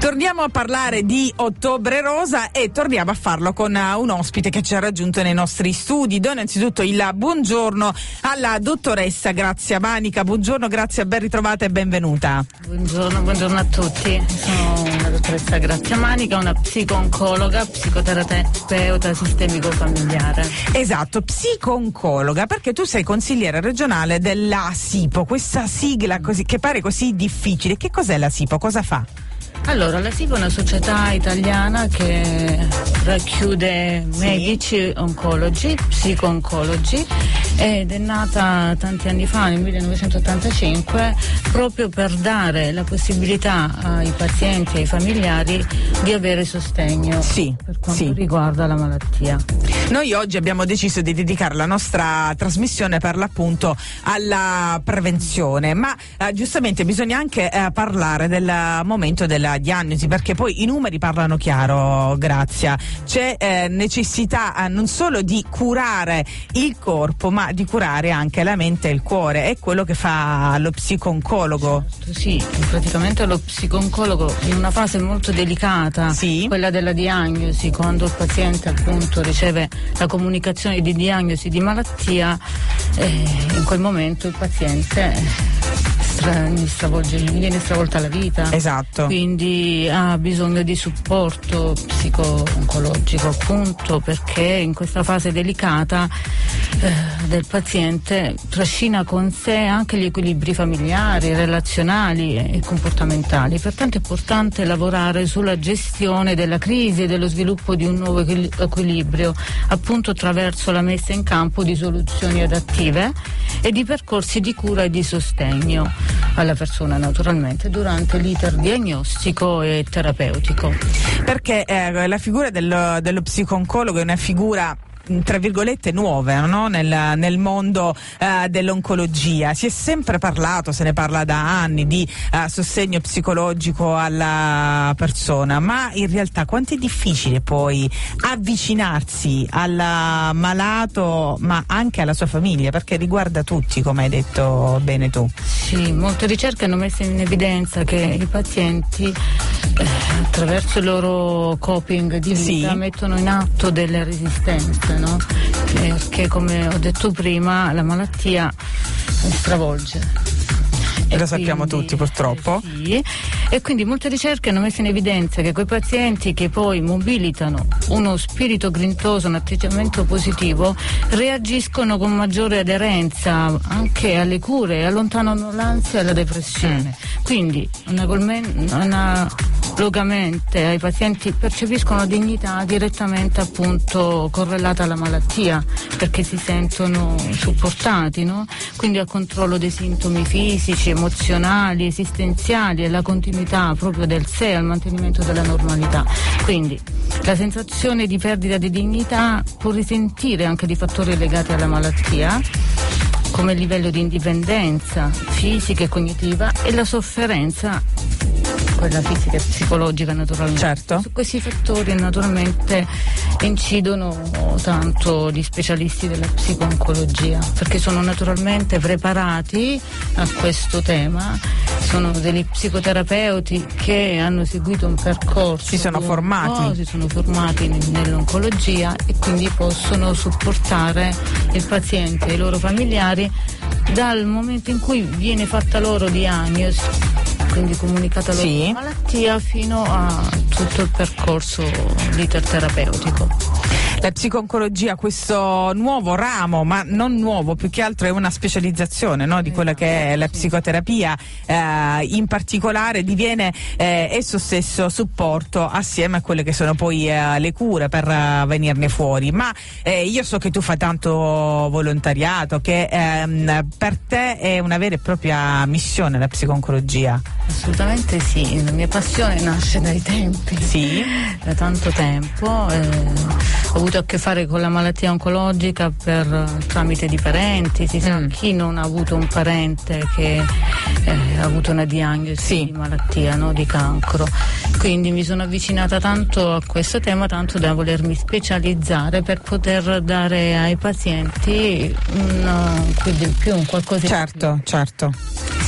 Torniamo a parlare di Ottobre Rosa e torniamo a farlo con un ospite che ci ha raggiunto nei nostri studi. Do innanzitutto il buongiorno alla dottoressa Grazia Manica. Buongiorno, Grazia, ben ritrovata e benvenuta. Buongiorno a tutti. Sono la dottoressa Grazia Manica, una psico-oncologa, psicoterapeuta sistemico familiare. Esatto, psico-oncologa, perché tu sei consigliere regionale della SIPO, questa sigla così, che pare così difficile. Che cos'è la SIPO? Cosa fa? Allora, la SIPO è una società italiana che racchiude medici, oncologi, psico-oncologi, ed è nata tanti anni fa, nel 1985, proprio per dare la possibilità ai pazienti e ai familiari di avere sostegno per quanto riguarda la malattia. Noi oggi abbiamo deciso di dedicare la nostra trasmissione per l'appunto alla prevenzione, ma giustamente bisogna anche parlare del momento della diagnosi, perché poi i numeri parlano chiaro, Grazia. C'è necessità non solo di curare il corpo, ma di curare anche la mente e il cuore. È quello che fa lo psico-oncologo. Certo, sì, praticamente lo psico-oncologo in una fase molto delicata, quella della diagnosi, quando il paziente appunto riceve la comunicazione di diagnosi di malattia, in quel momento il paziente gli viene stravolta la vita. Esatto. Quindi ha bisogno di supporto psico-oncologico, appunto perché in questa fase delicata del paziente trascina con sé anche gli equilibri familiari, relazionali e comportamentali. Pertanto è importante lavorare sulla gestione della crisi e dello sviluppo di un nuovo equilibrio, appunto attraverso la messa in campo di soluzioni adattive e di percorsi di cura e di sostegno alla persona, naturalmente, durante l'iter diagnostico e terapeutico. Perché la figura dello psico-oncologo è una figura tra virgolette nuove, no? nel mondo dell'oncologia. Si è sempre parlato, se ne parla da anni, di sostegno psicologico alla persona, ma in realtà quanto è difficile poi avvicinarsi al malato, ma anche alla sua famiglia, perché riguarda tutti, come hai detto bene tu. Sì, molte ricerche hanno messo in evidenza che i pazienti attraverso il loro coping di vita mettono in atto delle resistenze, no? Perché, come ho detto prima, la malattia stravolge. Lo sappiamo tutti, purtroppo. E quindi molte ricerche hanno messo in evidenza che quei pazienti che poi mobilitano uno spirito grintoso, un atteggiamento positivo, reagiscono con maggiore aderenza anche alle cure e allontanano l'ansia e la depressione. Quindi analogamente ai pazienti percepiscono dignità direttamente appunto correlata alla malattia, perché si sentono supportati, no? Quindi al controllo dei sintomi fisici, emozionali, esistenziali e la continuità proprio del sé, al mantenimento della normalità. Quindi la sensazione di perdita di dignità può risentire anche di fattori legati alla malattia, come il livello di indipendenza fisica e cognitiva e la sofferenza, quella fisica e psicologica, naturalmente. Certo. Su questi fattori naturalmente incidono tanto gli specialisti della psico-oncologia, perché sono naturalmente preparati a questo tema, sono degli psicoterapeuti che hanno seguito un percorso, si sono formati nell'oncologia e quindi possono supportare il paziente e i loro familiari dal momento in cui viene fatta loro diagnosi, quindi comunicata loro la malattia, fino a tutto il percorso terapeutico. La psico-oncologia, questo nuovo ramo, ma non nuovo, più che altro è una specializzazione, no, di quella che è la psicoterapia, in particolare diviene esso stesso supporto assieme a quelle che sono poi le cure per venirne fuori. Ma io so che tu fai tanto volontariato, che per te è una vera e propria missione la psico-oncologia. Assolutamente sì, la mia passione nasce dai tempi, da tanto tempo. Ho avuto a che fare con la malattia oncologica tramite di parenti, si sa, chi non ha avuto un parente che ha avuto una diagnosi di malattia, no, di cancro. Quindi mi sono avvicinata tanto a questo tema, tanto da volermi specializzare per poter dare ai pazienti un quid in più, un qualcosa in più. Certo.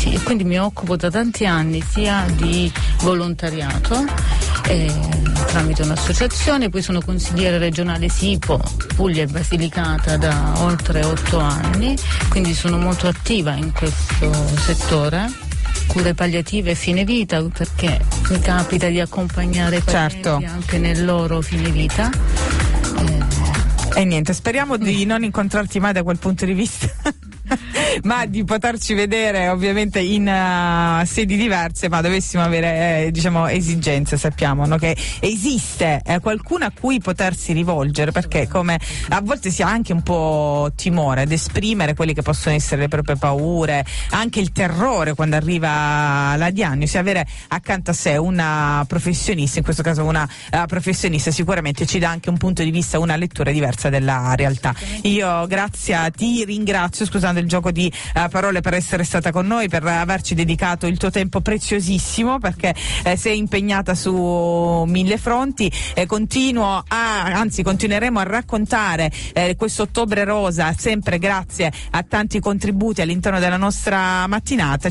sì, e quindi mi occupo da tanti anni sia di volontariato tramite un'associazione, poi sono consigliere regionale SIPO Puglia e Basilicata da oltre 8 anni, quindi sono molto attiva in questo settore, cure palliative e fine vita, perché mi capita di accompagnare i pazienti anche nel loro fine vita. E niente, speriamo di non incontrarti mai da quel punto di vista. Ma di poterci vedere ovviamente in sedi diverse, ma dovessimo avere esigenze, sappiamo, no? Che esiste qualcuno a cui potersi rivolgere, perché come a volte si ha anche un po' timore ad esprimere quelle che possono essere le proprie paure, anche il terrore quando arriva la diagnosi. Avere accanto a sé una professionista, in questo caso una professionista, sicuramente ci dà anche un punto di vista, una lettura diversa della realtà. Io ti ringrazio, scusando il gioco di parole, per essere stata con noi, per averci dedicato il tuo tempo preziosissimo, perché sei impegnata su 1000 fronti. Continueremo a raccontare questo Ottobre Rosa, sempre grazie a tanti contributi all'interno della nostra mattinata.